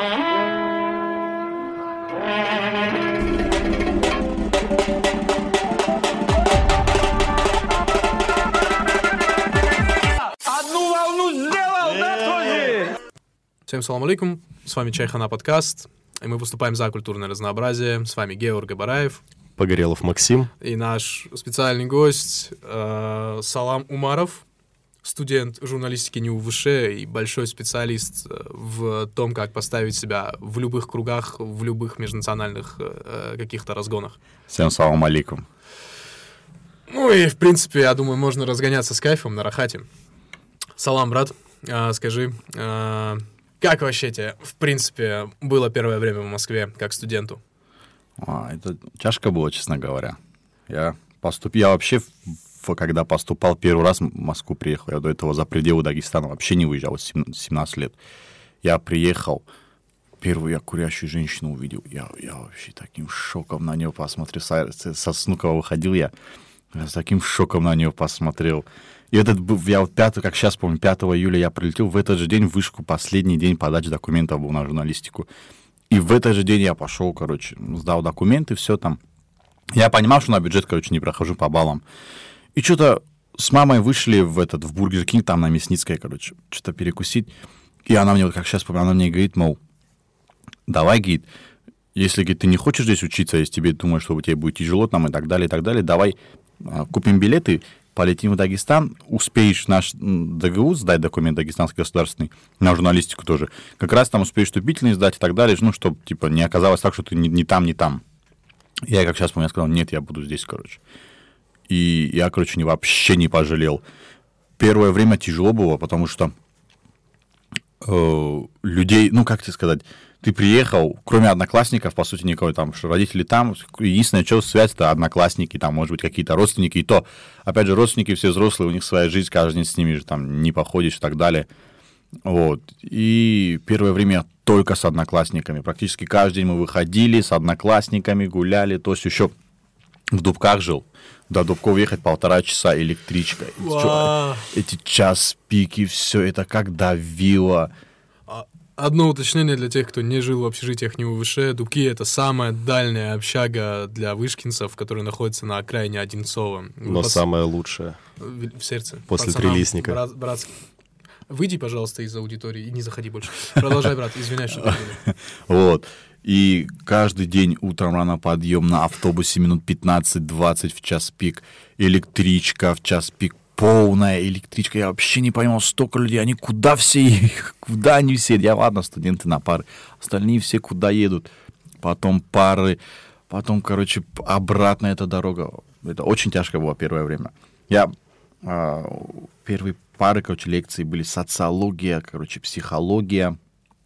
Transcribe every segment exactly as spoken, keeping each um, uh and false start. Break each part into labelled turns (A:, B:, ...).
A: Всем салам алейкум, с вами Чайхана подкаст, и мы выступаем за культурное разнообразие. С вами Георг Габараев,
B: Погорелов Максим
A: и наш специальный гость э, Салам Умаров, студент журналистики НИУ-ВШ и большой специалист в том, как поставить себя в любых кругах, в любых межнациональных э, каких-то разгонах.
C: Всем салам алейкум.
A: Ну и, в принципе, я думаю, можно разгоняться с кайфом на рахате. Салам, брат, э, скажи... Э, Как вообще тебе, в принципе, было первое время в Москве, как студенту?
C: А, это тяжко было, честно говоря. Я, поступ... я вообще, когда поступал первый раз в Москву приехал, я до этого за пределы Дагестана вообще не выезжал, семнадцать лет. Я приехал, первую я курящую женщину увидел, я, я вообще таким шоком на нее посмотрел. Со, со Снукова выходил я, я с таким шоком на нее посмотрел. И этот, я вот пятого, как сейчас помню, пятого июля я прилетел, в этот же день в вышку, последний день подачи документов был на журналистику. И в этот же день я пошел, короче, сдал документы, все там. Я понимал, что на бюджет, короче, не прохожу по баллам. И что-то с мамой вышли в этот, в Бургер Кинг, там на Мясницкой, короче, что-то перекусить. И она мне, вот как сейчас помню, она мне говорит, мол, давай, говорит, если, говорит, ты не хочешь здесь учиться, если тебе думаешь, что у тебя будет тяжело там и так далее, и так далее, давай купим билеты, полетим в Дагестан, успеешь наш ДГУ сдать, документ дагестанский государственный, на журналистику тоже, как раз там успеешь вступительный сдать и так далее, ну, чтобы, типа, не оказалось так, что ты не, не там, не там. Я, как сейчас помню, я сказал, нет, я буду здесь, короче. И я, короче, не, вообще не пожалел. Первое время тяжело было, потому что э, людей, ну, как тебе сказать, ты приехал, кроме одноклассников, по сути, никого там, что родители там, единственное, что связь, это одноклассники, там, может быть, какие-то родственники, и то, опять же, родственники все взрослые, у них своя жизнь, каждый день с ними же там не походишь и так далее, вот, и первое время только с одноклассниками, практически каждый день мы выходили с одноклассниками, гуляли, то есть еще в Дубках жил, до Дубков ехать полтора часа электричка, эти час пики, все это как давило.
A: Одно уточнение для тех, кто не жил в общежитиях НИУ-ВШ. Дубки — это самая дальняя общага для вышкинцев, которая находится на окраине Одинцова.
B: Но Пос... самая лучшая.
A: В, в сердце.
B: После
A: Пацанам,
B: Прилесника.
A: Брат, брат... Выйди, пожалуйста, из аудитории и не заходи больше. Продолжай, брат, извиняюсь, что перебили.
C: Вот. И каждый день утром рано подъем на автобусе минут пятнадцать-двадцать в час пик, электричка в час пик, полная электричка, я вообще не понимал, столько людей, они куда все, куда они все, я ладно, студенты на пары, остальные все куда едут, потом пары, потом, короче, обратно эта дорога, это очень тяжко было первое время. Я, э, первые пары, короче, лекции были социология, короче, психология,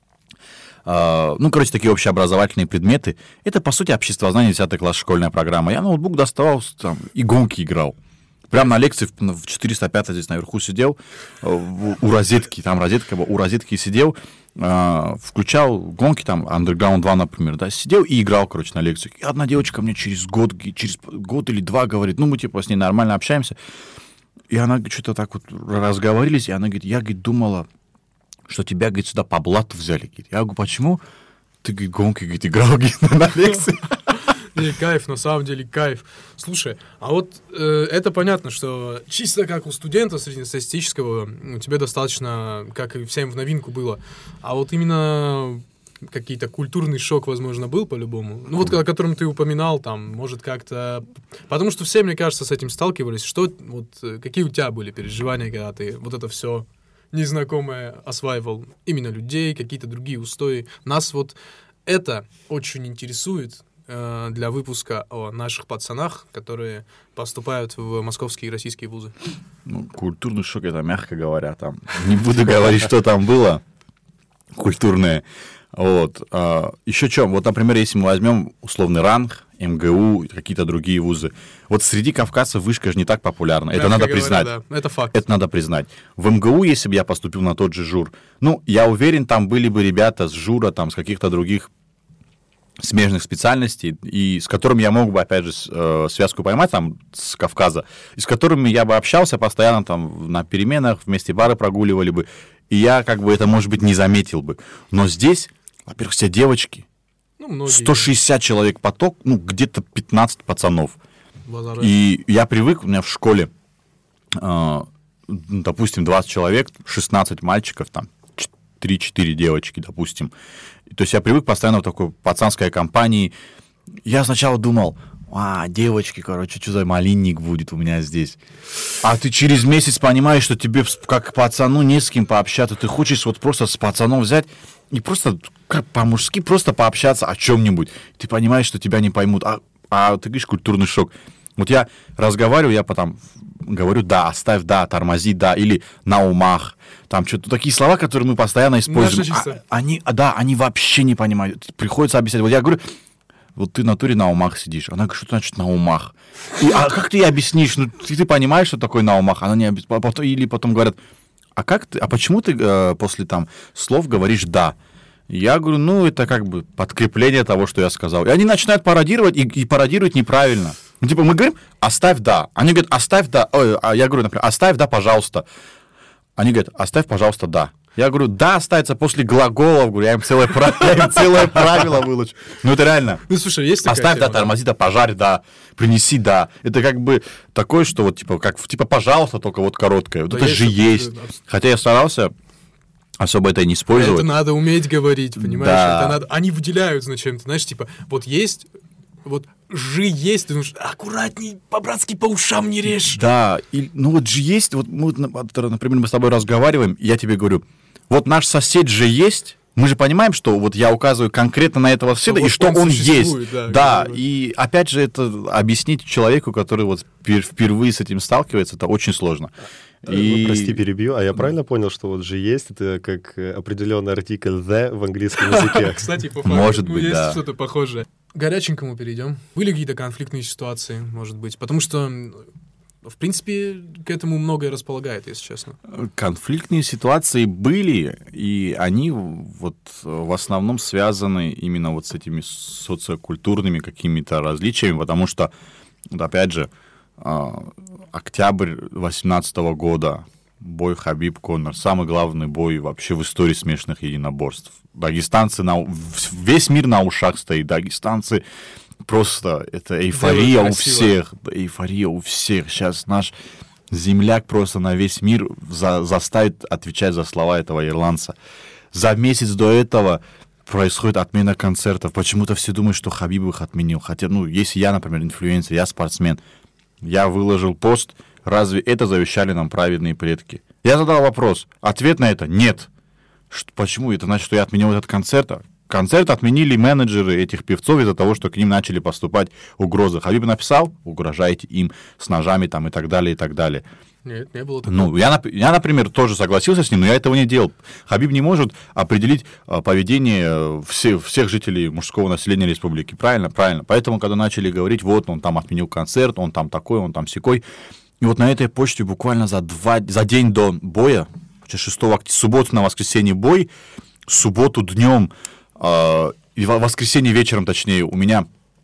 C: э, ну, короче, такие общеобразовательные предметы, это, по сути, обществознание, десятый класс, школьная программа, я ноутбук доставал там, и гонки играл. Прямо на лекции в четыреста пятом здесь наверху сидел, у розетки, там розетка была, у розетки сидел, включал гонки, там, Underground два, например, да, сидел и играл, короче, на лекциях. И одна девочка мне через год, через год или два говорит, ну, мы, типа, с ней нормально общаемся, и она что-то так вот разговорились, и она говорит, я, говорит, думала, что тебя, говорит, сюда по блату взяли, говорит. Я говорю, почему? Ты, говорит, гонки, говорит, играл, говорит, на лекции.
A: Не, кайф, на самом деле кайф. Слушай, а вот э, это понятно, что чисто как у студента среднестатистического, ну, тебе достаточно, как и всем в новинку было. А вот именно какие-то культурный шок, возможно, был по-любому. Ну вот о котором ты упоминал, там, может как-то... Потому что все, мне кажется, с этим сталкивались. Что, вот, какие у тебя были переживания, когда ты вот это все незнакомое осваивал? Именно людей, какие-то другие устои. Нас вот это очень интересует для выпуска о наших пацанах, которые поступают в московские и российские вузы.
C: Ну, культурный шок, это мягко говоря, там. Не буду говорить, что там было культурное. Вот. А, еще что, вот, например, если мы возьмем условный РАНХ, МГУ, какие-то другие вузы, вот среди кавказцев вышка же не так популярна. Это надо говоря, признать.
A: Да, это факт.
C: Это надо признать. В МГУ, если бы я поступил на тот же ЖУР, ну, я уверен, там были бы ребята с ЖУРа, там, с каких-то других смежных специальностей, и с которыми я мог бы, опять же, связку поймать, там, с Кавказа, и с которыми я бы общался постоянно, там, на переменах, вместе бары прогуливали бы, и я, как бы, это, может быть, не заметил бы. Но здесь Во-первых, все девочки.
A: Ну, многие.
C: сто шестьдесят человек поток, ну, где-то пятнадцать пацанов.
A: Базара.
C: И я привык, у меня в школе, э, допустим, двадцать человек, шестнадцать мальчиков, там, три-четыре девочки, допустим. То есть я привык постоянно в такой пацанской компании. Я сначала думал, а, девочки, короче, что за малинник будет у меня здесь. А ты через месяц понимаешь, что тебе как пацану не с кем пообщаться. Ты хочешь вот просто с пацаном взять и просто как по-мужски просто пообщаться о чем-нибудь. Ты понимаешь, что тебя не поймут. А, а ты говоришь, культурный шок. Вот я разговариваю, я потом говорю, да, оставь, да, тормози, да, или на умах. Там что-то такие слова, которые мы постоянно используем. А, они, да, они вообще не понимают. Приходится объяснять. Вот я говорю, вот ты в натуре на умах сидишь. Она говорит, что значит на умах? И, а как ты ей объяснишь? Ну, ты, ты понимаешь, что такое на умах? Она не объясняет. Или потом говорят, а как ты, а почему ты э, после там слов говоришь да? Я говорю, ну, это как бы подкрепление того, что я сказал. И они начинают пародировать, и, и пародируют неправильно. Ну, типа, мы говорим, оставь да. Они говорят, оставь да. Ой, а я говорю, например, оставь да, пожалуйста. Они говорят, оставь, пожалуйста, да. Я говорю, да, оставится после глаголов. Говорю, я им целое, я им целое правило выложу. Ну, это реально.
A: Ну, слушай, есть такая
C: оставь,
A: тема,
C: да, тормози, да, пожарь, да, принеси, да. Это как бы такое, что вот, типа, как, типа, пожалуйста, только вот короткое. Вот
A: Да,
C: это
A: есть
C: же
A: такое,
C: есть.
A: да.
C: Хотя я старался особо это не использовать.
A: Это надо уметь говорить, понимаешь?
C: Да.
A: Это надо... Они выделяют зачем-то, знаешь, типа, вот есть, вот жи есть, ты думаешь, аккуратней, по-братски по ушам не режь.
C: Да, и, ну вот же есть, вот, мы, например, мы с тобой разговариваем, и я тебе говорю, вот наш сосед же есть, мы же понимаем, что вот я указываю конкретно на этого соседа,
A: вот
C: и что
A: он
C: он
A: существует,
C: есть.
A: да,
C: Да,
A: да,
C: и опять же это объяснить человеку, который вот впервые с этим сталкивается, это очень сложно.
B: И... Прости, перебью, а я правильно понял, что вот же есть, это как определенный артикль the в английском языке?
A: Кстати, по факту,
C: Может
A: ну,
C: быть,
A: есть
C: да.
A: что-то похожее. К горяченькому перейдем. Были какие-то конфликтные ситуации, может быть? Потому что, в принципе, к этому многое располагает, если честно.
C: Конфликтные ситуации были, и они вот в основном связаны именно вот с этими социокультурными какими-то различиями, потому что, вот опять же, октябрь восемнадцатого года, бой Хабиб-Конор, самый главный бой вообще в истории смешанных единоборств. Дагестанцы, на, весь мир на ушах стоит, дагестанцы просто, это эйфория у всех, эйфория у всех. Сейчас наш земляк просто на весь мир за, заставит отвечать за слова этого ирландца. За месяц до этого происходит отмена концертов. Почему-то все думают, что Хабиб их отменил. Хотя, ну, если я, например, инфлюенсер, я спортсмен, я выложил пост, разве это завещали нам праведные предки? Я задал вопрос. Ответ на это — нет. Что, почему? Это значит, что я отменил этот концерт? Концерт отменили менеджеры этих певцов из-за того, что к ним начали поступать угрозы. Хабиб написал, угрожаете им с ножами там и так далее, и так далее.
A: Нет, не было такого.
C: Ну, я, я, например, тоже согласился с ним, но я этого не делал. Хабиб не может определить а, поведение все, всех жителей мужского населения республики. Правильно? Правильно. Поэтому, когда начали говорить, вот, он там отменил концерт, он там такой, он там сякой. И вот на этой почте буквально за, два, за день до боя, шестого октября, субботу на воскресенье бой, субботу днем, э, и в воскресенье вечером, точнее, у меня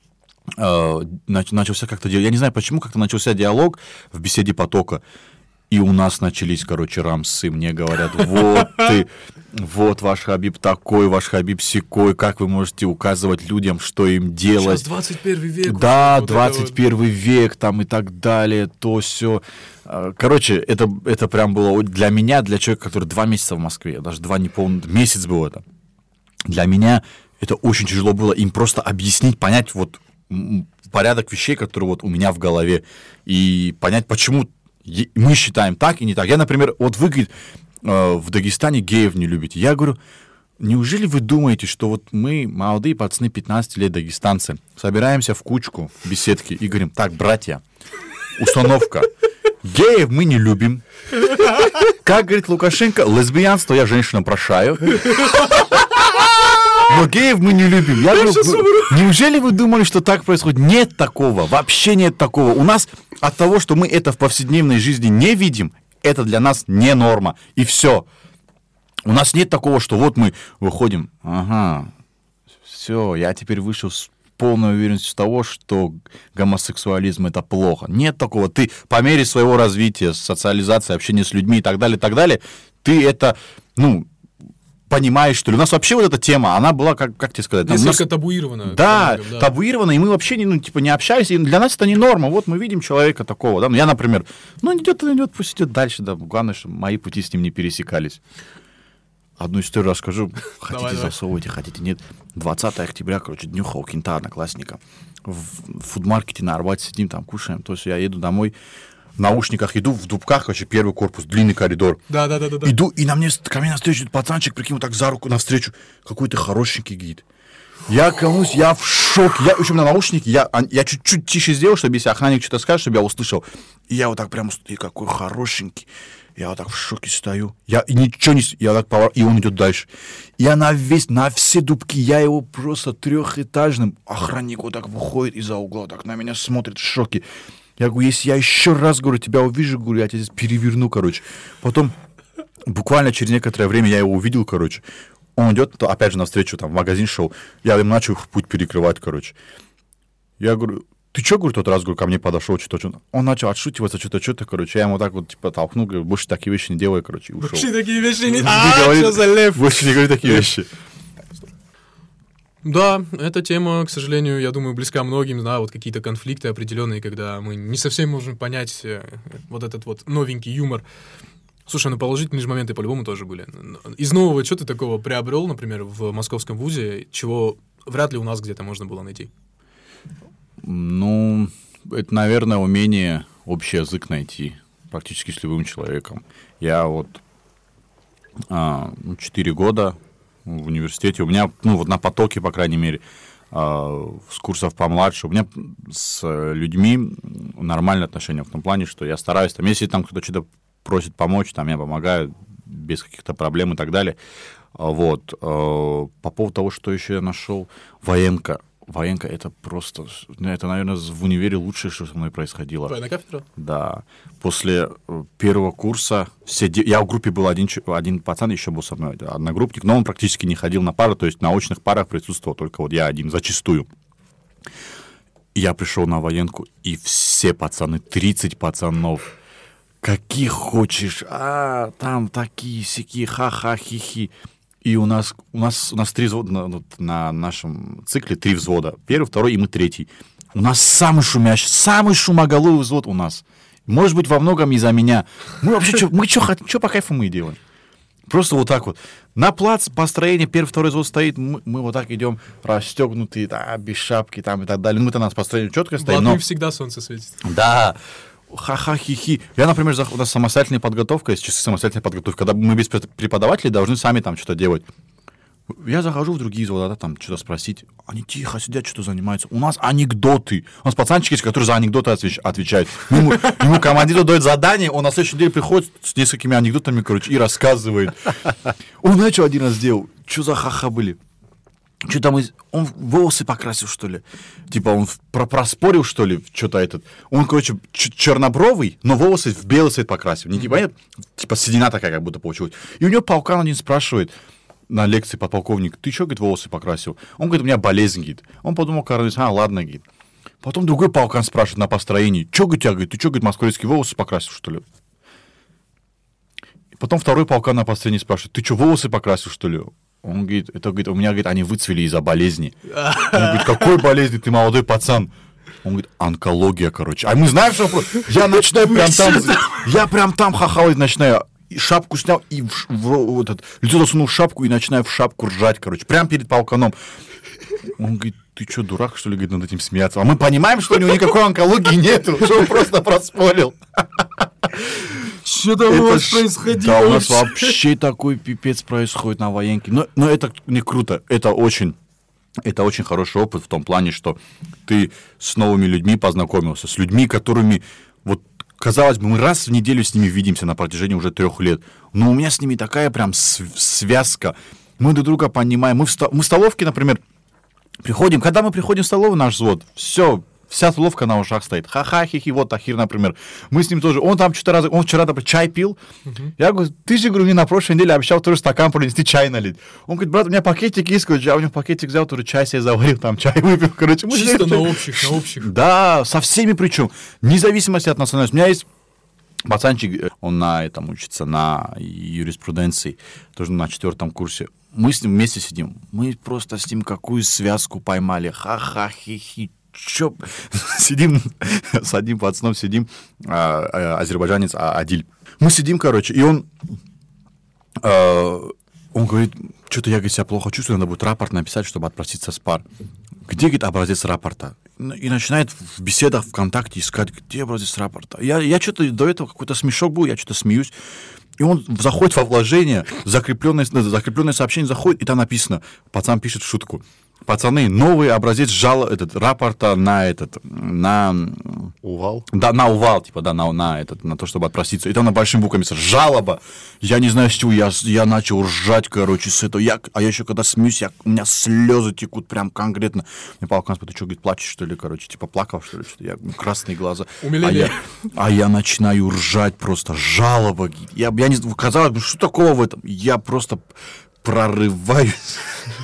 C: э, начался как-то диалог. Я не знаю, почему как-то начался диалог в беседе потока. И у нас начались, короче, рамсы. Мне говорят, вот ты, вот ваш Хабиб такой, ваш Хабиб сякой, как вы можете указывать людям, что им делать.
A: Сейчас двадцать первый век.
C: Да,
A: вот
C: двадцать первый вот... век там и так далее, то все. Короче, это, это прям было для меня, для человека, который два месяца в Москве, даже два неполных, месяц был это. Для меня это очень тяжело было им просто объяснить, понять вот порядок вещей, которые вот у меня в голове, и понять, почему мы считаем так и не так. Я, например, вот вы, говорит, в Дагестане геев не любите. Я говорю, неужели вы думаете, что вот мы, молодые пацаны, пятнадцать лет, дагестанцы, собираемся в кучку, в беседке и говорим, так, братья, установка, геев мы не любим. Как говорит Лукашенко, лесбиянство я женщинам прощаю. Но геев мы не любим. Я говорю, вы, неужели вы думали, что так происходит? Нет такого, вообще нет такого. У нас от того, что мы это в повседневной жизни не видим, это для нас не норма. И все. У нас нет такого, что вот мы выходим, ага, все, я теперь вышел с полной уверенностью того, что гомосексуализм — это плохо. Нет такого. Ты по мере своего развития, социализации, общения с людьми и так далее, и так далее, ты это, ну, понимаешь, что ли. У нас вообще вот эта тема, она была, как, как тебе сказать... Там,
A: Несколько
C: нас...
A: табуирована.
C: Да,
A: многом, да,
C: табуирована, и мы вообще не, ну, типа, не общаемся, и для нас это не норма. Вот мы видим человека такого, да, ну, я, например, ну, идет, идет, пусть идет дальше, да, главное, чтобы мои пути с ним не пересекались. Одну историю расскажу. Хотите,
A: давай,
C: засовывайте, хотите, нет. двадцатого октября, короче, днюха у кента одноклассника. В фудмаркете на Арбате сидим, там кушаем. То есть я еду домой, в наушниках иду, в дубках, короче, первый корпус, длинный коридор.
A: Да, да, да, да.
C: Иду, и на мне, ко мне навстречу идет пацанчик, прикинь, вот так за руку навстречу. Какой-то хорошенький гид. Я кому-то, я в шоке. Я, еще на наушнике, я, я чуть-чуть тише сделал, чтобы если охранник что-то скажет, чтобы я услышал. И я вот так прямо, и какой хорошенький. Я вот так в шоке стою. Я ничего не... Я так повор... И он идет дальше. Я на весь, на все дубки, я его просто трехэтажным. Охранник вот так выходит из-за угла, вот так на меня смотрит в шоке. Я говорю, если я еще раз, говорю, тебя увижу, говорю, я тебя здесь переверну, короче. Потом, буквально через некоторое время я его увидел, короче. Он идет, опять же, навстречу, там, в магазин шел. Я ему начал путь перекрывать, короче. Я говорю... Ты чё, говорю, тот раз, говорю, ко мне подошел, что-то, что-то. Он начал отшутиваться, что-то, что-то, короче. Я ему так вот, типа, толкнул, говорю, больше такие вещи не делай, короче, и ушел.
A: Больше такие вещи не... А, что за лев?
C: Больше не говори такие вещи.
A: Да, эта тема, к сожалению, я думаю, близка многим, да, вот какие-то конфликты определенные, когда мы не совсем можем понять э, вот этот вот новенький юмор. Слушай, ну положительные же моменты по-любому тоже были. Из нового что ты такого приобрел, например, в московском вузе, чего вряд ли у нас где-то можно было найти?
C: Ну, это, наверное, умение общий язык найти практически с любым человеком. Я вот а, четыре года в университете, у меня, ну, вот на потоке, по крайней мере, а, с курсов помладше, у меня с людьми нормальные отношения в том плане, что я стараюсь, там, если там кто-то что-то просит помочь, там, я помогаю без каких-то проблем и так далее. Вот. А, по поводу того, что еще я нашел, военка. Военка — это просто... Это, наверное, в универе лучшее, что со мной происходило.
A: Твоя кафедра?
C: Да. После первого курса... Все де... Я в группе был один, один пацан, еще был со мной одногруппник, но он практически не ходил на пары, то есть на очных парах присутствовал только вот я один, зачастую. Я пришел на военку, и все пацаны, тридцать пацанов, каких хочешь, а, там такие-сякие, ха-ха-хи-хи. И у нас, у нас, у нас три взвода на, на нашем цикле, три взвода. Первый, второй и мы третий. У нас самый шумящий, самый шумоголовый взвод у нас. Может быть, во многом из-за меня. Мы вообще, что, мы что по кайфу мы делаем? Просто вот так вот. На плац построение, первый, второй взвод стоит, мы, мы вот так идем, расстегнутые, да, без шапки там и так далее. Мы-то у нас построение четко стоим.
A: Но
C: но...
A: всегда солнце светит.
C: Да. Ха-ха-хи-хи. Я, например, у нас самостоятельная подготовка, есть чисто самостоятельная подготовка, когда мы без преподавателей должны сами там что-то делать. Я захожу в другие взводы, да, там что-то спросить. Они тихо сидят, что-то занимаются. У нас анекдоты. У нас пацанчики есть, которые за анекдоты отвеч- отвечают. Ему, ему командир дает задание, он на следующий день приходит с несколькими анекдотами, короче, и рассказывает. Он, знаешь, что один раз сделал? Что за ха-ха были? Что там, из... он волосы покрасил, что ли? Типа он про проспорил, что ли, что-то этот. Он, короче, ч- чернобровый, но волосы в белый цвет покрасил. Не типа, типа седина такая как будто получилась. И у него полкан один спрашивает на лекции подполковник, ты что, говорит, волосы покрасил? Он говорит, у меня болезнь, говорит. Он подумал, коронавирус, а, ладно, говорит. Потом другой полкан спрашивает на построении, что, говорит, тебя, говорит, ты что, говорит, москвичские волосы покрасил, что ли? Потом второй полкан на построении спрашивает, ты что, волосы покрасил, что ли? Он говорит, это, говорит, у меня, говорит, они выцвели из-за болезни. Он говорит, какой болезни, ты молодой пацан? Он говорит, онкология, короче. А мы знаем, что... Я начинаю прям там... Я прям там хахалать начинаю. И шапку снял, и в, в, в, этот, лицо засунул в шапку, и начинаю в шапку ржать, короче. Прям перед полканом. Он говорит, ты что, дурак, что ли, говорит, над этим смеяться? А мы понимаем, что у него никакой онкологии нету, что он просто проспорил.
A: Что там у вас происходило?
C: Да, у нас вообще такой пипец происходит на военке. Но, но это не круто. Это очень, это очень хороший опыт в том плане, что ты с новыми людьми познакомился, с людьми, которыми, вот, казалось бы, мы раз в неделю с ними видимся на протяжении уже трех лет. Но у меня с ними такая прям связка. Мы друг друга понимаем. Мы в, sto- мы в столовке, например, приходим. Когда мы приходим в столовую, наш взвод, все... Вся столовка на ушах стоит. Ха-ха-хи-хи, вот Тахир, например. Мы с ним тоже. Он там что-то раз... Он вчера, например, чай пил. Uh-huh. Я говорю, ты же, говорю, мне на прошлой неделе обещал тоже стакан принести, чай налить. Он говорит, брат, у меня пакетик есть, короче. Я у него пакетик взял, тоже чай себе заварил, там чай выпил, короче.
A: Чисто на общих, на общих.
C: Да, со всеми причем. Вне зависимости от национальности. У меня есть Пацанчик, он на этом учится, на юриспруденции, тоже на четвертом курсе. Мы с ним вместе сидим. Мы просто с ним какую связку поймали. Ха-ха-хи-хи. Чё? Сидим, с одним пацаном сидим, а, а, азербайджанец а, Адиль. Мы сидим, короче, и он... А, он говорит, что-то я, говорит, себя плохо чувствую, надо будет рапорт написать, чтобы отпроситься с пар. Где, говорит, образец рапорта? И начинает в беседах ВКонтакте искать, где образец рапорта. Я, я что-то до этого какой-то смешок был, я что-то смеюсь. И он заходит во вложение, закрепленное, закрепленное сообщение заходит, и там написано, пацан пишет в шутку. Пацаны, новый образец жала, этот, рапорта на этот, на...
B: Увал?
C: Да, на увал, типа, да, на, на, этот, на то, чтобы отпроситься. И там на большими буквами написано «жалоба». Я не знаю, с чего, я, я начал ржать, короче, с этого. Я, а я еще когда смеюсь, я, у меня слезы текут прям конкретно. Мне папа сказал, ты что, говорит, плачешь, что ли, короче, типа, плакал, что ли, что-то. Я, красные глаза.
A: Умиление.
C: А я, а я начинаю ржать просто, жалоба. Я, я не знаю, казалось, что такого в этом? Я просто прорываюсь.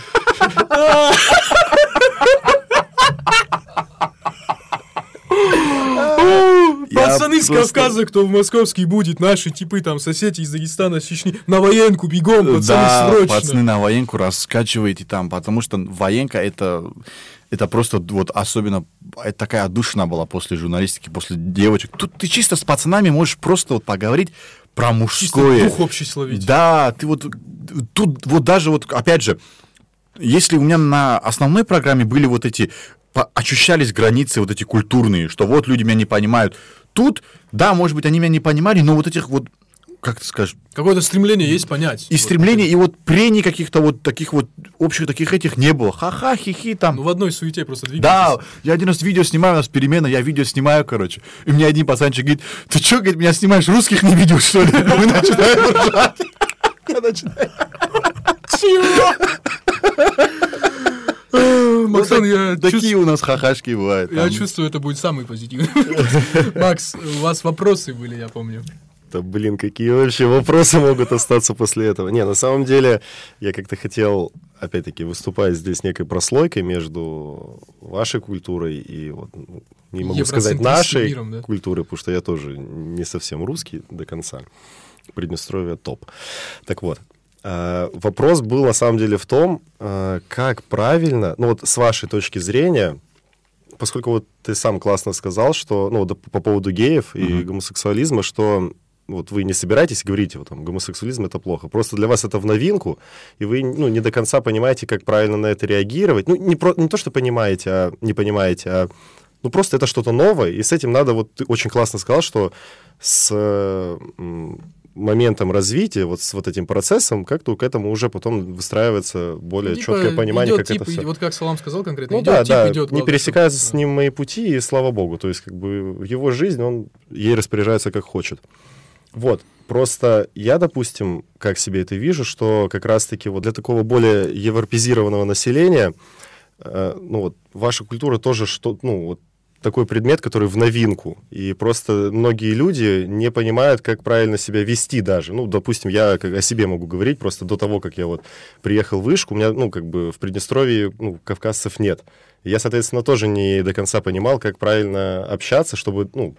A: Пацаны с Кавказа, кто в московский будет, наши типы, там, соседи из Дагестана, с Чечни, на военку бегом, пацаны,
C: да,
A: срочно.
C: пацаны на военку раскачиваете там, потому что военка это... Это просто вот особенно, это такая отдушина была после журналистики, после девочек. Тут ты чисто с пацанами можешь просто вот поговорить про мужское.
A: Чисто дух общий словить.
C: Да, ты вот, тут вот даже вот, опять же, если у меня на основной программе были вот эти, ощущались границы вот эти культурные, что вот люди меня не понимают. Тут, да, может быть, они меня не понимали, но вот этих вот, как ты скажешь...
A: Какое-то стремление есть понять.
C: И вот стремление, это. И вот прений каких-то вот таких вот общих таких этих не было. Ха-ха, хи-хи там.
A: Ну, в одной суете просто двигаетесь.
C: Да, я один раз видео снимаю, у нас перемена, я видео снимаю, короче. И мне один пацанчик говорит, ты что, говорит, меня снимаешь, русских не видел, что ли? Мы начинаем ржать. Я начинаю... Чего?
A: Максан, я
C: Такие у нас хахашки бывают.
A: Я чувствую, это будет самый позитивный. Макс, у вас вопросы были, я помню.
B: Да, блин, какие вообще вопросы могут остаться после этого? Не, на самом деле, я как-то хотел, опять-таки, выступать здесь некой прослойкой между вашей культурой и, вот, не могу сказать, нашей миром, да? Культурой, потому что я тоже не совсем русский до конца. Приднестровье топ. Так вот, вопрос был, на самом деле, в том, как правильно, ну вот с вашей точки зрения, поскольку вот ты сам классно сказал, что, ну, по поводу геев и uh-huh. гомосексуализма, что вот вы не собираетесь говорить, вот, там, гомосексуализм — это плохо. Просто для вас это в новинку, и вы, ну, не до конца понимаете, как правильно на это реагировать. Ну, не, про, не то, что понимаете, а не понимаете, а ну, просто это что-то новое, и с этим надо, вот ты очень классно сказал, что с м, моментом развития, вот с вот этим процессом, как-то к этому уже потом выстраивается более типа четкое понимание, как
A: тип,
B: это все.
A: Вот как Салам сказал конкретно,
B: ну,
A: идет,
B: да,
A: тип,
B: да,
A: идет.
B: Не пересекаются
A: что...
B: с ним мои пути, и слава богу. То есть, как бы, в его жизнь он ей распоряжается как хочет. Вот. Просто я, допустим, как себе это вижу, что как раз-таки вот для такого более европезированного населения, э, ну вот, ваша культура тоже что, ну вот, такой предмет, который в новинку. И просто многие люди не понимают, как правильно себя вести даже. Ну, допустим, я как о себе могу говорить, просто до того, как я вот приехал в Вышку, у меня, ну, как бы в Приднестровье, ну, кавказцев нет. И я, соответственно, тоже не до конца понимал, как правильно общаться, чтобы, ну,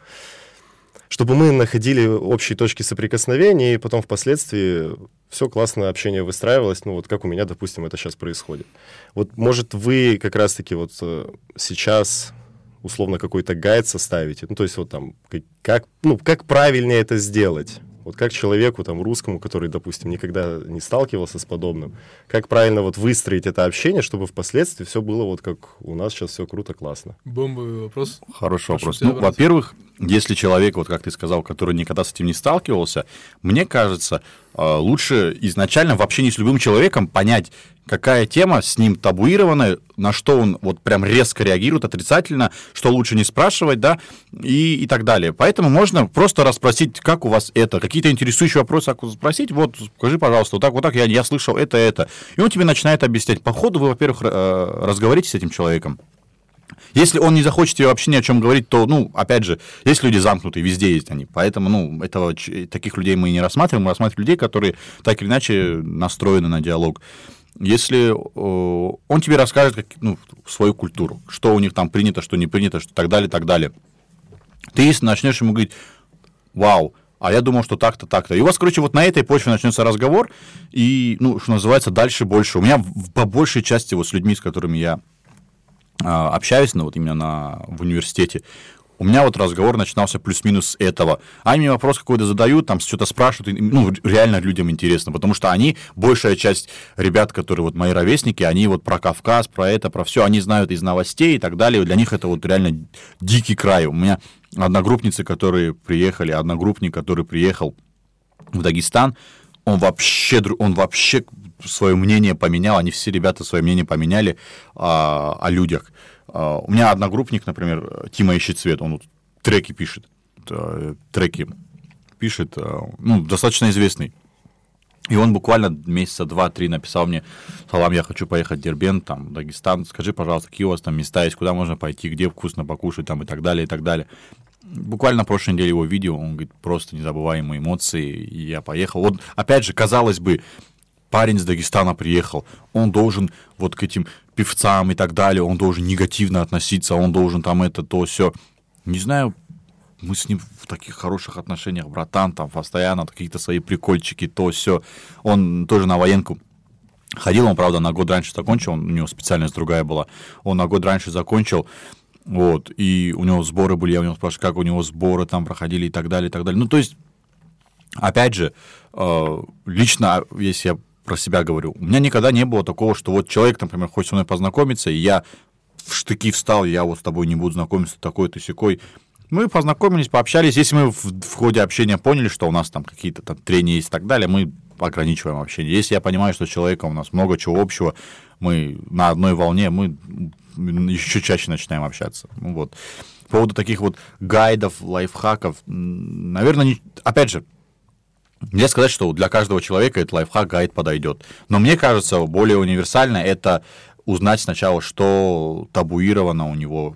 B: чтобы мы находили общие точки соприкосновения, и потом впоследствии все классно общение выстраивалось, ну, вот как у меня, допустим, это сейчас происходит. Вот, может, вы как раз-таки вот сейчас... условно какой-то гайд составите, ну, то есть вот там, как, ну, как правильнее это сделать, вот как человеку, там, русскому, который, допустим, никогда не сталкивался с подобным, как правильно вот выстроить это общение, чтобы впоследствии все было вот как у нас сейчас все круто, классно.
A: Бомбовый вопрос.
C: Хороший Прошу вопрос. Ну, во-первых, если человек, вот как ты сказал, который никогда с этим не сталкивался, мне кажется, лучше изначально в общении с любым человеком понять, какая тема с ним табуированная, на что он вот прям резко реагирует отрицательно, что лучше не спрашивать, да, и, и так далее. Поэтому можно просто расспросить, как у вас это, какие-то интересующие вопросы спросить, вот, скажи, пожалуйста, вот так, вот так, я, я слышал это, это. И он тебе начинает объяснять. По ходу вы, во-первых, разговорите с этим человеком. Если он не захочет тебе вообще ни о чем говорить, то, ну, опять же, есть люди замкнутые, везде есть они. Поэтому, ну, этого, таких людей мы не рассматриваем, мы рассматриваем людей, которые так или иначе настроены на диалог. Если э, он тебе расскажет как, ну, свою культуру, что у них там принято, что не принято, что так далее, так далее. Ты, если начнешь ему говорить, вау, а я думал, что так-то, так-то. И у вас, короче, вот на этой почве начнется разговор, и, ну, что называется, дальше больше. У меня в, по большей части вот с людьми, с которыми я а, общаюсь, ну, вот именно на, в университете, у меня вот разговор начинался плюс-минус с этого. Они мне вопрос какой-то задают, там что-то спрашивают, и, ну, реально людям интересно, потому что они, большая часть ребят, которые вот мои ровесники, они вот про Кавказ, про это, про все, они знают из новостей и так далее, для них это вот реально дикий край. У меня одногруппницы, которые приехали, одногруппник, который приехал в Дагестан, он вообще, он вообще свое мнение поменял, они все ребята свое мнение поменяли а, о людях. Uh, у меня одногруппник, например, Тима Ищет Свет, он вот треки пишет, uh, треки пишет, uh, ну, достаточно известный. И он буквально месяца два-три написал мне: «Салам, я хочу поехать в Дербент, там, Дагестан, скажи, пожалуйста, какие у вас там места есть, куда можно пойти, где вкусно покушать, там, и так далее, и так далее». Буквально на прошлой неделе его видео, он говорит, просто незабываемые эмоции, и я поехал. Вот, опять же, казалось бы, парень с Дагестана приехал, он должен вот к этим певцам и так далее, он должен негативно относиться, он должен там это, то, все. Не знаю, мы с ним в таких хороших отношениях, братан, там постоянно какие-то свои прикольчики, то, все. Он тоже на военку ходил, он, правда, на год раньше закончил, он, у него специальность другая была, он на год раньше закончил, вот, и у него сборы были, я у него спрашиваю, как у него сборы там проходили и так далее, и так далее. Ну, то есть, опять же, э, лично, если я про себя говорю, у меня никогда не было такого, что вот человек, например, хочет со мной познакомиться, и я в штыки встал, я вот с тобой не буду знакомиться, такой-то, сякой. Мы познакомились, пообщались, если мы в, в ходе общения поняли, что у нас там какие-то там трения есть и так далее, мы ограничиваем общение. Если я понимаю, что с человеком у нас много чего общего, мы на одной волне, мы еще чаще начинаем общаться. Ну, вот. По поводу таких вот гайдов, лайфхаков, наверное, не... опять же, нельзя сказать, что для каждого человека этот лайфхак, гайд подойдет. Но мне кажется, более универсально это узнать сначала, что табуировано у него,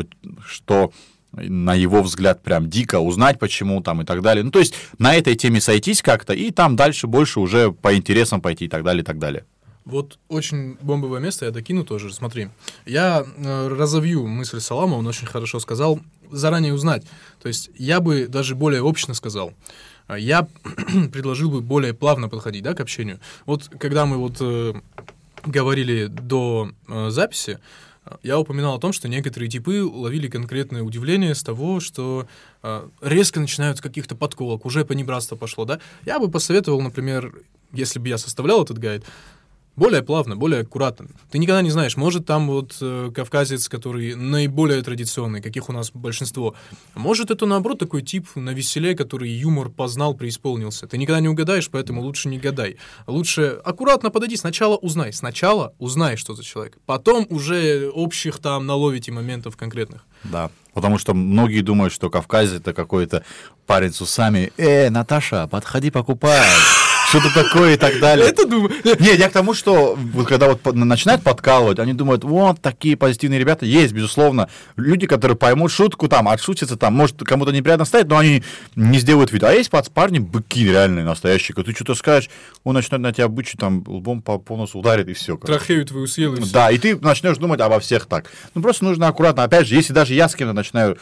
C: что на его взгляд прям дико, узнать почему там и так далее. Ну, то есть на этой теме сойтись как-то, и там дальше больше уже по интересам пойти и так далее, и так далее.
A: Вот очень бомбовое место, я докину тоже, смотри. Я э, разовью мысль Салама, он очень хорошо сказал, заранее узнать. То есть я бы даже более общно сказал. Я предложил бы более плавно подходить, да, к общению. Вот когда мы вот э, говорили до э, записи, я упоминал о том, что некоторые типы ловили конкретное удивление с того, что э, резко начинают с каких-то подколок, уже понебратство пошло, да. Я бы посоветовал, например, если бы я составлял этот гайд, более плавно, более аккуратно. Ты никогда не знаешь, может там вот э, кавказец, который наиболее традиционный, каких у нас большинство, может это наоборот такой тип навеселе, который юмор познал, преисполнился. Ты никогда не угадаешь, поэтому лучше не гадай. Лучше аккуратно подойди, сначала узнай, сначала узнай, что за человек, потом уже общих там наловите моментов конкретных.
C: Да, потому что многие думают, что кавказец это какой-то парень с усами. Э, Наташа, подходи, покупай. Что-то такое и так далее. Это думаю. Не, я к тому, что вот когда вот начинают подкалывать, они думают, вот такие позитивные ребята. Есть, безусловно, люди, которые поймут шутку, там, отшутятся, там, может, кому-то неприятно стать, но они не сделают вид. А есть парни, быки реальные, настоящие, когда ты что-то скажешь, он начнет на тебя бычить, там, лбом по, по носу ударит, и все.
A: Трахею твою съел, и все.
C: Да, и ты начнешь думать обо всех так. Ну, просто нужно аккуратно. Опять же, если даже я с кем-то начинаю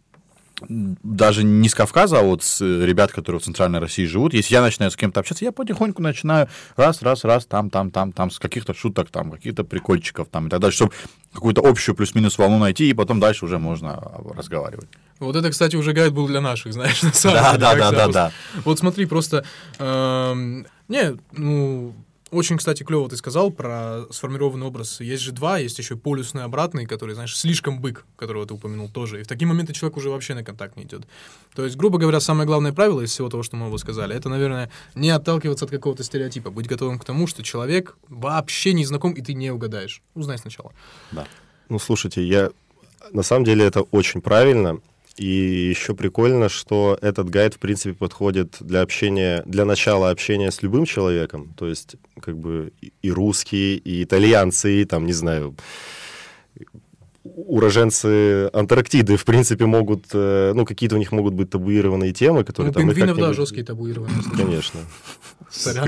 C: даже не с Кавказа, а вот с ребят, которые в Центральной России живут, если я начинаю с кем-то общаться, я потихоньку начинаю раз, раз, раз, там, там, там, там, с каких-то шуток, там, каких-то прикольчиков, там, и так далее, чтобы какую-то общую плюс-минус волну найти, и потом дальше уже можно разговаривать.
A: Вот это, кстати, уже гайд был для наших, знаешь, на самом
C: да,
A: деле.
C: Да, да, да, да.
A: Вот смотри, просто... Эм, не, ну... Очень, кстати, клево ты сказал про сформированный образ. Есть же два, есть еще полюсный обратный, который, знаешь, слишком бык, которого ты упомянул тоже. И в такие моменты человек уже вообще на контакт не идет. То есть, грубо говоря, самое главное правило из всего того, что мы оба сказали, это, наверное, не отталкиваться от какого-то стереотипа, быть готовым к тому, что человек вообще не знаком, и ты не угадаешь. Узнай сначала.
C: Да.
B: Ну, слушайте, я... На самом деле это очень правильно. И еще прикольно, что этот гайд, в принципе, подходит для общения, для начала общения с любым человеком. То есть, как бы, и русские, и итальянцы, и, там, не знаю, уроженцы Антарктиды, в принципе, могут, ну, какие-то у них могут быть табуированные темы, которые
A: ну,
B: там...
A: У пингвинов, да, жесткие табуированные.
B: Конечно.
A: Сорян.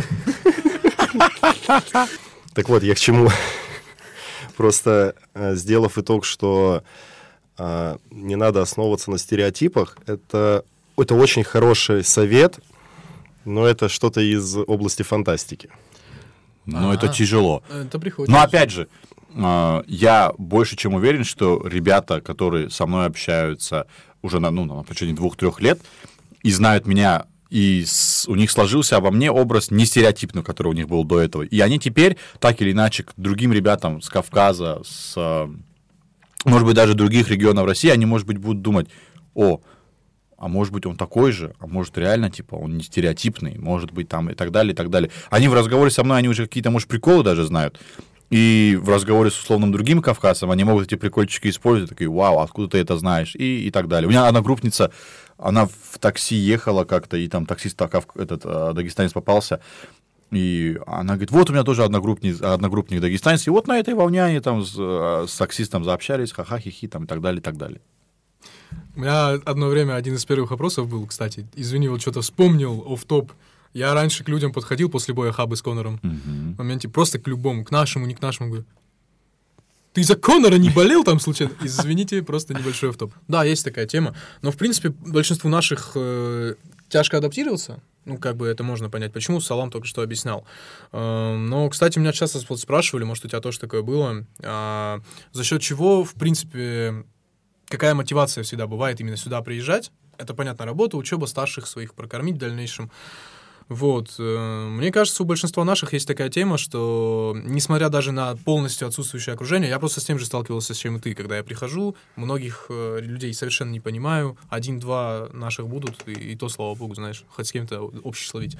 B: Так вот, я к чему? Просто сделав итог, что... не надо основываться на стереотипах, это это очень хороший совет, но это что-то из области фантастики.
C: Но
A: А,
C: это тяжело.
A: Это приходится.
C: Но опять же, э, я больше чем уверен, что ребята, которые со мной общаются уже на, ну, на протяжении двух-трех лет и знают меня, и с, у них сложился обо мне образ не стереотипный, который у них был до этого. И они теперь, так или иначе, к другим ребятам с Кавказа, с, может быть, даже других регионов России, они, может быть, будут думать: о, а может быть, он такой же, а может, реально, типа, он не стереотипный, может быть, там, и так далее, и так далее. Они в разговоре со мной, они уже какие-то, может, приколы даже знают. И в разговоре с условным другим кавказцем они могут эти прикольчики использовать, такие: вау, откуда ты это знаешь, и, и так далее. У меня одногруппница, она в такси ехала как-то, и там таксист, этот дагестанец попался, и она говорит: вот у меня тоже одногруппник, одногруппник дагестанец, и вот на этой волне они там с, с таксистом заобщались, ха-ха-хи-хи, там, и так далее, и так далее.
A: У меня одно время один из первых вопросов был, кстати, извини, вот что-то вспомнил, офф-топ. Я раньше к людям подходил после боя Хабы с Конором.
C: Uh-huh.
A: В моменте просто к любому, к нашему, не к нашему. Говорю: ты за Конора не болел там случайно? Извините, просто небольшой офф-топ. Да, есть такая тема. Но, в принципе, большинству наших э, тяжко адаптироваться. Ну, как бы это можно понять. Почему? Салам только что объяснял. Э, но, кстати, меня часто спрашивали, может, у тебя тоже такое было, э, за счет чего, в принципе, какая мотивация всегда бывает именно сюда приезжать. Это, понятно, работа, учеба, старших своих прокормить в дальнейшем. Вот. Мне кажется, у большинства наших есть такая тема, что, несмотря даже на полностью отсутствующее окружение, я просто с тем же сталкивался, с чем и ты. Когда я прихожу, многих людей совершенно не понимаю, один-два наших будут, и, и то, слава богу, знаешь, хоть с кем-то общий словить.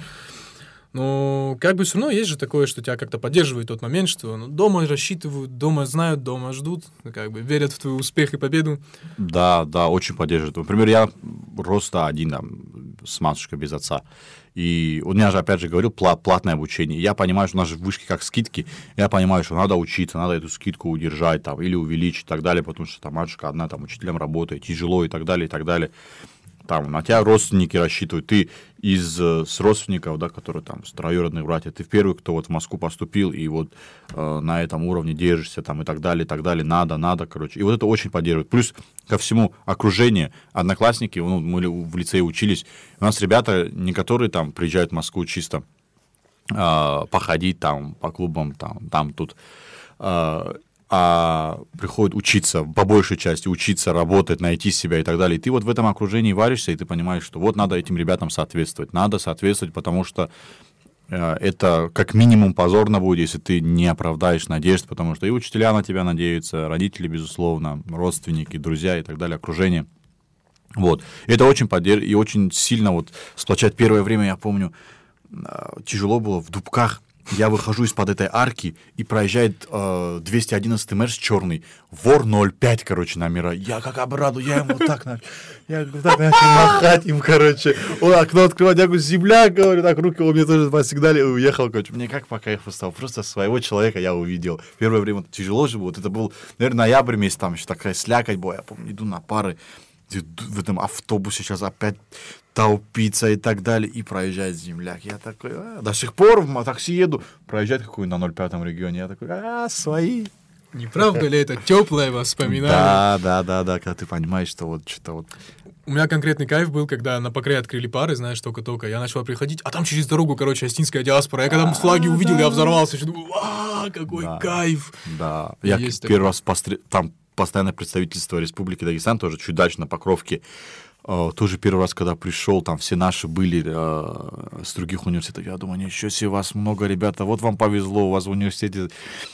A: Но как бы все равно есть же такое, что тебя как-то поддерживает тот момент, что ну, дома рассчитывают, дома знают, дома ждут, как бы верят в твой успех и победу.
C: Да, да, очень поддерживают. Например, я рос один там, с матушкой без отца. И у меня же, опять же, говорил, платное обучение. Я понимаю, что у нас же вышки как скидки. Я понимаю, что надо учиться, надо эту скидку удержать там, или увеличить и так далее, потому что там матушка одна там учителем работает, тяжело и так далее, и так далее. Там на тебя родственники рассчитывают, ты из с родственников, да, которые там троюродные братья, ты первый, кто вот в Москву поступил, и вот э, на этом уровне держишься, там, и так далее, и так далее, надо, надо, короче. И вот это очень поддерживает. Плюс ко всему окружение, одноклассники, ну, мы в лицее учились, у нас ребята, не которые там приезжают в Москву чисто э, походить там по клубам, там, там тут, э, а приходят учиться, по большей части учиться, работать, найти себя и так далее. И ты вот в этом окружении варишься, и ты понимаешь, что вот надо этим ребятам соответствовать. Надо соответствовать, потому что э, это как минимум позорно будет, если ты не оправдаешь надежд, потому что и учителя на тебя надеются, родители, безусловно, родственники, друзья и так далее, окружение. Вот. И это очень поддерживает, и очень сильно вот сплочает. Первое время, я помню, э, тяжело было в Дубках. Я выхожу из-под этой арки, и проезжает э, двести одиннадцатый Мерс черный, вор ноль пять, короче, номера. Я как обрадую, я ему так начал, я так начал махать им, короче. Он окно открывает, я говорю: земля, говорю, так руки у меня тоже посигнали, и уехал, короче. Мне как по кайфу стало, просто своего человека я увидел. Первое время тяжело же было, вот это был, наверное, ноябрь месяц, там еще такая слякоть была, я помню, иду на пары, в этом автобусе сейчас опять толпиться и так далее, и проезжает земляк. Я такой, а, до сих пор в такси еду, проезжает какой на ноль пятом регионе, я такой, а, свои.
A: Не правда ли это теплое воспоминание?
C: Да, да, да, да, когда ты понимаешь, что вот что-то вот...
A: У меня конкретный кайф был, когда на Покре открыли пары, знаешь, только-только. Я начал приходить, а там через дорогу, короче, остинская диаспора. Я когда флаги увидел, я взорвался. Я думаю: а, какой кайф.
C: Да, я первый раз там постоянное представительство Республики Дагестан, тоже чуть дальше на Покровке. Uh, тоже первый раз, когда пришел, там все наши были uh, с других университетов, я думаю: ничего себе, вас много, ребята, вот вам повезло, у вас в университете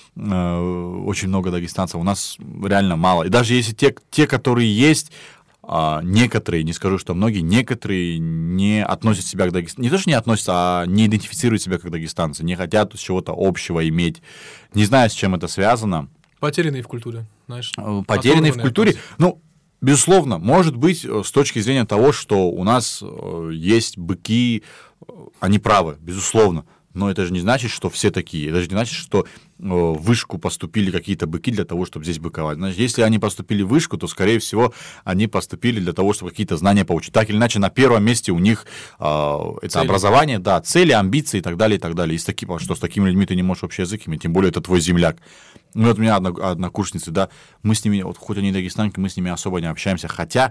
C: uh, очень много дагестанцев, у нас реально мало. И даже если те, те которые есть, uh, некоторые, не скажу, что многие, некоторые не относят себя к дагестанцам, не то, что не относятся, а не идентифицируют себя как дагестанцы, не хотят чего-то общего иметь. Не знаю, с чем это связано.
A: Потерянные в культуре, знаешь.
C: Потерянные в культуре, ну, безусловно, может быть, с точки зрения того, что у нас есть быки, они правы, безусловно. Но это же не значит, что все такие. Это же не значит, что в вышку поступили какие-то быки для того, чтобы здесь быковать. Значит, если они поступили в вышку, то, скорее всего, они поступили для того, чтобы какие-то знания получить. Так или иначе, на первом месте у них э, это цели. Образование, да, цели, амбиции и так далее, и так далее. И с таким, что с такими людьми ты не можешь общий язык иметь, тем более это твой земляк. Ну, вот у меня одно, однокурсницы, да, мы с ними, вот хоть они дагестанки, мы с ними особо не общаемся, хотя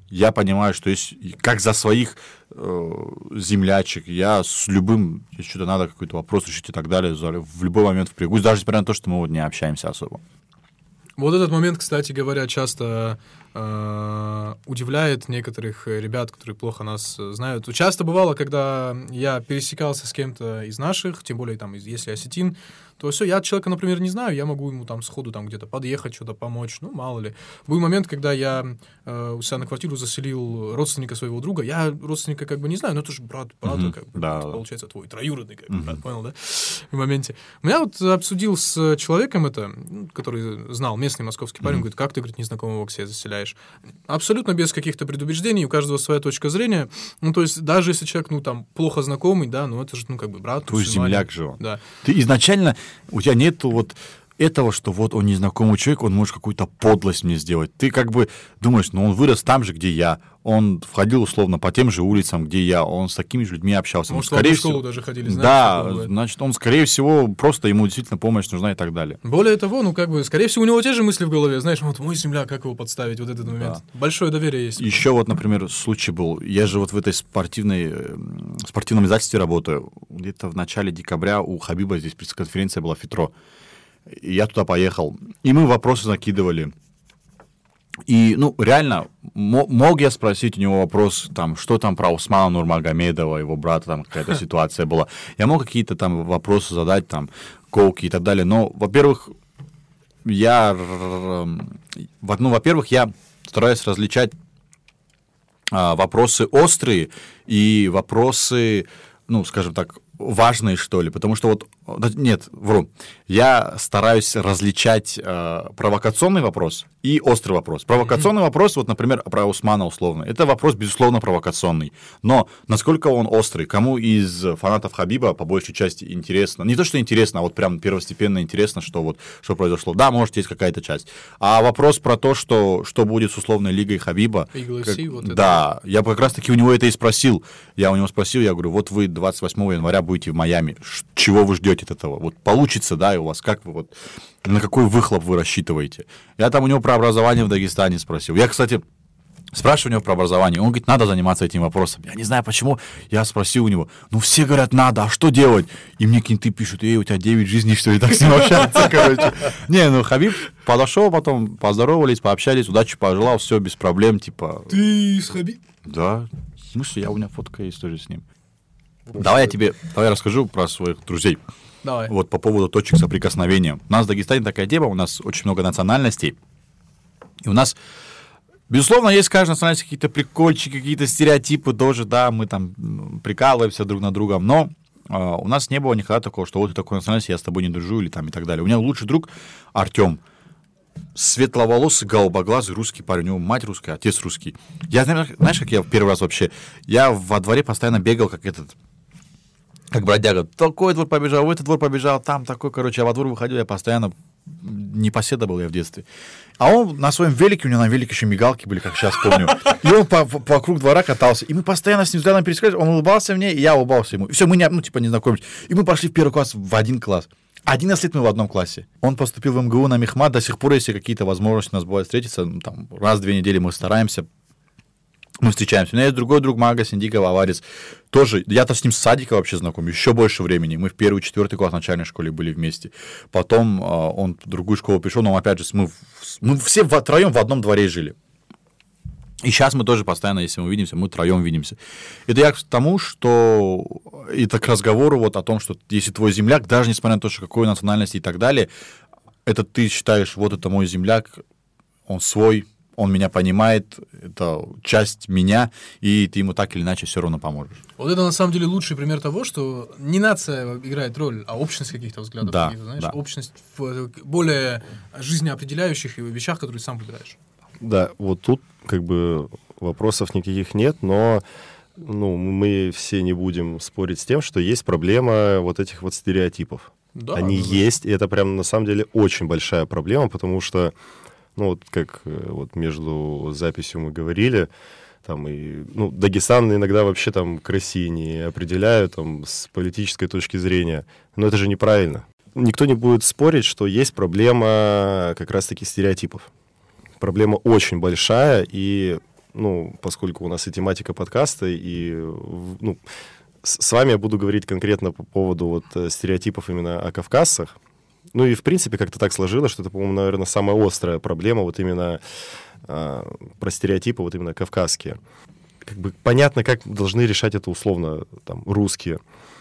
C: я понимаю, что есть, как за своих э, землячек, я с любым, если что-то надо, какой-то вопрос решить и так далее, в любой момент впрягусь, даже несмотря на то, что мы вот не общаемся особо.
A: Вот этот момент, кстати говоря, часто э, удивляет некоторых ребят, которые плохо нас знают. Часто бывало, когда я пересекался с кем-то из наших, тем более, там, если осетин, то все, я человека, например, не знаю, я могу ему там сходу там где-то подъехать, что-то помочь, ну, мало ли. Был момент, когда я э, у себя на квартиру заселил родственника своего друга, я родственника как бы не знаю, но это же брат брата, mm-hmm. как бы,
C: да,
A: это,
C: да.
A: получается, твой троюродный, как бы,
C: mm-hmm.
A: брат, понял, да, в моменте. Я вот обсудил с человеком это, который знал, местный московский парень, mm-hmm. говорит, как ты, говорит, незнакомого к себе заселяешь? Абсолютно без каких-то предубеждений, у каждого своя точка зрения, ну, то есть даже если человек, ну, там, плохо знакомый, да, ну, это же, ну, как бы брат.
C: Твой земляк же он.
A: Да.
C: Ты изначально... У тебя нету вот этого, что вот он незнакомый человек, он может какую-то подлость мне сделать. Ты как бы думаешь, ну он вырос там же, где я, он входил условно по тем же улицам, где я, он с такими же людьми общался.
A: Может,
C: скорее
A: в школу
C: всего,
A: даже ходили, знаешь,
C: да, значит, он, скорее всего, просто ему действительно помощь нужна и так далее.
A: Более того, ну как бы, скорее всего, у него те же мысли в голове, знаешь, вот мой земляк, как его подставить, вот этот момент. Да. Большое доверие есть.
C: Еще вот, например, случай был, я же вот в этой спортивной, спортивном издательстве работаю, где-то в начале декабря у Хабиба здесь пресс-конференция была ФИТРО. И я туда поехал, и мы вопросы накидывали. И, ну, реально, мог я спросить у него вопрос, там, что там про Усмана Нурмагомедова, его брата, там какая-то ситуация была. Я мог какие-то там вопросы задать, там, колки и так далее. Но, во-первых, я, ну, во-первых, я стараюсь различать а, вопросы острые и вопросы, ну, скажем так, важные, что ли, потому что вот, нет, вру, я стараюсь различать э, провокационный вопрос и острый вопрос. Провокационный mm-hmm. вопрос, вот, например, про Усмана условно, это вопрос, безусловно, провокационный, но насколько он острый, кому из фанатов Хабиба по большей части интересно, не то, что интересно, а вот прям первостепенно интересно, что вот, что произошло, да, может, есть какая-то часть, а вопрос про то, что, что будет с условной лигой Хабиба, как, вот да, это. Я как раз-таки у него это и спросил, я у него спросил, я говорю, вот вы двадцать восьмого января будете в Майами. Чего вы ждете от этого? Вот получится, да, и у вас как вы вот, на какой выхлоп вы рассчитываете? Я там у него про образование в Дагестане спросил. Я, кстати, спрашиваю у него про образование. Он говорит, надо заниматься этим вопросом. Я не знаю, почему. Я спросил у него, ну, все говорят, надо, а что делать? И мне кенты пишут, эй, у тебя девять жизней, что ли, так с ним общаться, короче. Не, ну, Хабиб подошел, потом поздоровались, пообщались, удачи пожелал, все без проблем, типа...
A: Ты с Хабиб?
C: Да. В смысле, я у меня фотка есть тоже с ним. Давай я тебе, давай я расскажу про своих друзей.
A: Давай.
C: Вот по поводу точек соприкосновения. У нас в Дагестане такая тема, у нас очень много национальностей. И у нас, безусловно, есть в каждой национальности какие-то прикольчики, какие-то стереотипы тоже, да, мы там прикалываемся друг над другом, но э, у нас не было никогда такого, что вот ты такой национальности, я с тобой не дружу или там и так далее. У меня лучший друг Артем. Светловолосый, голубоглазый русский парень. У него мать русская, отец русский. Я, знаешь, как я в первый раз вообще... Я во дворе постоянно бегал, как этот... Как бродяга. Такой двор побежал, в этот двор побежал, там такой, короче. Я во двор выходил, я постоянно... Непоседа был я в детстве. А он на своем велике, у него на велике еще мигалки были, как сейчас помню. И он по, по, вокруг двора катался. И мы постоянно с ним взглядом перескакивали. Он улыбался мне, и я улыбался ему. И все, мы не, ну, типа, не знакомились. И мы пошли в первый класс в один класс. одиннадцать лет мы в одном классе. Он поступил в эм гэ у на мехмат. До сих пор, если какие-то возможности у нас бывают встретиться, ну, там, раз в две недели мы стараемся, мы встречаемся. У меня есть другой друг Мага Синдиков, аварец. Тоже, я-то с ним с садика вообще знаком, еще больше времени. Мы в первый, четвертый класс в начальной школе были вместе. Потом э, он в другую школу пришел, но опять же, мы, мы все втроем в одном дворе жили. И сейчас мы тоже постоянно, если мы видимся, мы втроем видимся. Это я к тому, что... Это к разговору вот о том, что если твой земляк, даже несмотря на то, что какой национальности и так далее, это ты считаешь, вот это мой земляк, он свой, он меня понимает, это часть меня, и ты ему так или иначе все равно поможешь.
A: Вот это на самом деле лучший пример того, что не нация играет роль, а общность каких-то взглядов.
C: Да,
A: каких-то, знаешь,
C: да.
A: Общность в более жизнеопределяющих вещах, которые сам выбираешь.
B: Да, вот тут как бы вопросов никаких нет, но ну, мы все не будем спорить с тем, что есть проблема вот этих вот стереотипов. Да, Они да, есть, да. И это прям на самом деле очень большая проблема, потому что, ну вот как вот между записью мы говорили, там и, ну, Дагестан иногда вообще там к России не определяют там с политической точки зрения, но это же неправильно. Никто не будет спорить, что есть проблема как раз-таки стереотипов. Проблема очень большая, и ну, поскольку у нас и тематика подкаста, и, ну, с, с вами я буду говорить конкретно по поводу вот стереотипов именно о кавказцах. Ну и, в принципе, как-то так сложилось, что это, по-моему, наверное, самая острая проблема вот именно э, про стереотипы вот именно кавказские. Как бы понятно, как должны решать это условно там русские.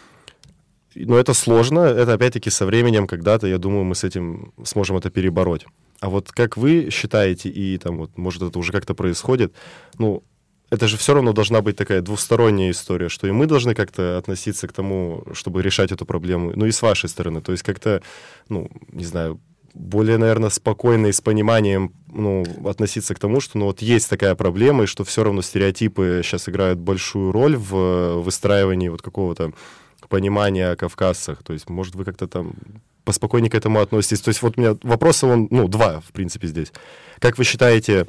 B: Но это сложно, это опять-таки со временем когда-то, я думаю, мы с этим сможем это перебороть. А вот как вы считаете, и там вот, может, это уже как-то происходит, ну, это же все равно должна быть такая двусторонняя история, что и мы должны как-то относиться к тому, чтобы решать эту проблему, ну и с вашей стороны, то есть как-то, ну, не знаю, более, наверное, спокойно и с пониманием, ну, относиться к тому, что, ну, вот есть такая проблема, и что все равно стереотипы сейчас играют большую роль в выстраивании вот какого-то понимания о кавказцах. То есть, может, вы как-то там поспокойнее к этому относитесь. То есть, вот у меня вопросы, он, ну, два, в принципе, здесь. Как вы считаете,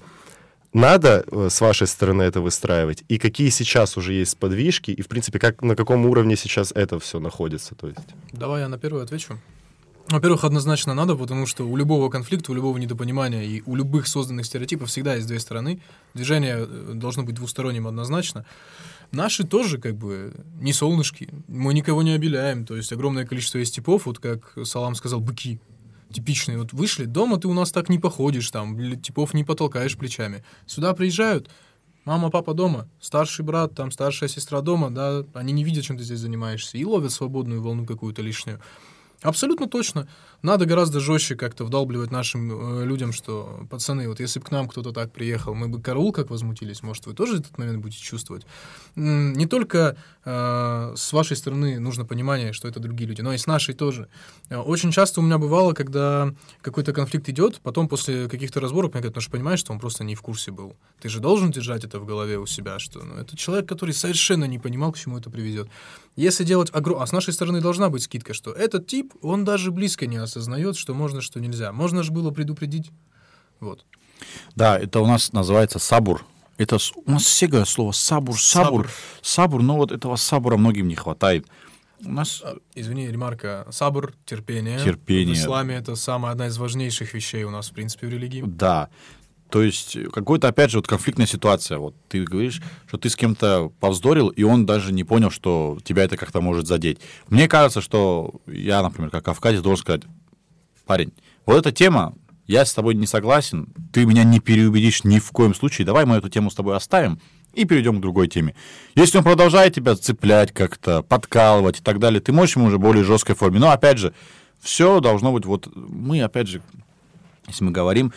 B: надо с вашей стороны это выстраивать? И какие сейчас уже есть сподвижки? И, в принципе, как, на каком уровне сейчас это все находится? То есть...
A: Давай я на первый отвечу. Во-первых, однозначно надо, потому что у любого конфликта, у любого недопонимания и у любых созданных стереотипов всегда есть две стороны. Движение должно быть двусторонним однозначно. Наши тоже как бы не солнышки, мы никого не обеляем, то есть огромное количество есть типов, вот как Салам сказал, быки типичные, вот вышли, дома ты у нас так не походишь, там, типов не потолкаешь плечами. Сюда приезжают, мама, папа дома, старший брат, там, старшая сестра дома, да, они не видят, чем ты здесь занимаешься, и ловят свободную волну какую-то лишнюю. Абсолютно точно. Надо гораздо жестче как-то вдалбливать нашим э, людям, что, пацаны, вот если бы к нам кто-то так приехал, мы бы караул как возмутились, может, вы тоже этот момент будете чувствовать. М- не только э, с вашей стороны нужно понимание, что это другие люди, но и с нашей тоже. Э, очень часто у меня бывало, когда какой-то конфликт идет, потом после каких-то разборок мне говорят, ну что понимаешь, что он просто не в курсе был. Ты же должен держать это в голове у себя, что ну, это человек, который совершенно не понимал, к чему это приведет. Если делать огромное... А с нашей стороны должна быть скидка, что этот тип, он даже близко не осознает, что можно, что нельзя. Можно же было предупредить. Вот.
C: Да, это у нас называется сабур. Это у нас все говорят слово сабур, сабур, сабур, но вот этого сабура многим не хватает. У нас...
A: Извини, ремарка. Сабур — терпение.
C: Терпение.
A: В исламе это самая одна из важнейших вещей у нас, в принципе, в религии.
C: Да. То есть какой-то, опять же, вот конфликтная ситуация. Вот ты говоришь, что ты с кем-то повздорил, и он даже не понял, что тебя это как-то может задеть. Мне кажется, что я, например, как кавказец, должен сказать, парень, вот эта тема, я с тобой не согласен, ты меня не переубедишь ни в коем случае, давай мы эту тему с тобой оставим и перейдем к другой теме. Если он продолжает тебя цеплять как-то, подкалывать и так далее, ты можешь ему уже в более жесткой форме. Но, опять же, все должно быть, вот мы, опять же, если мы говорим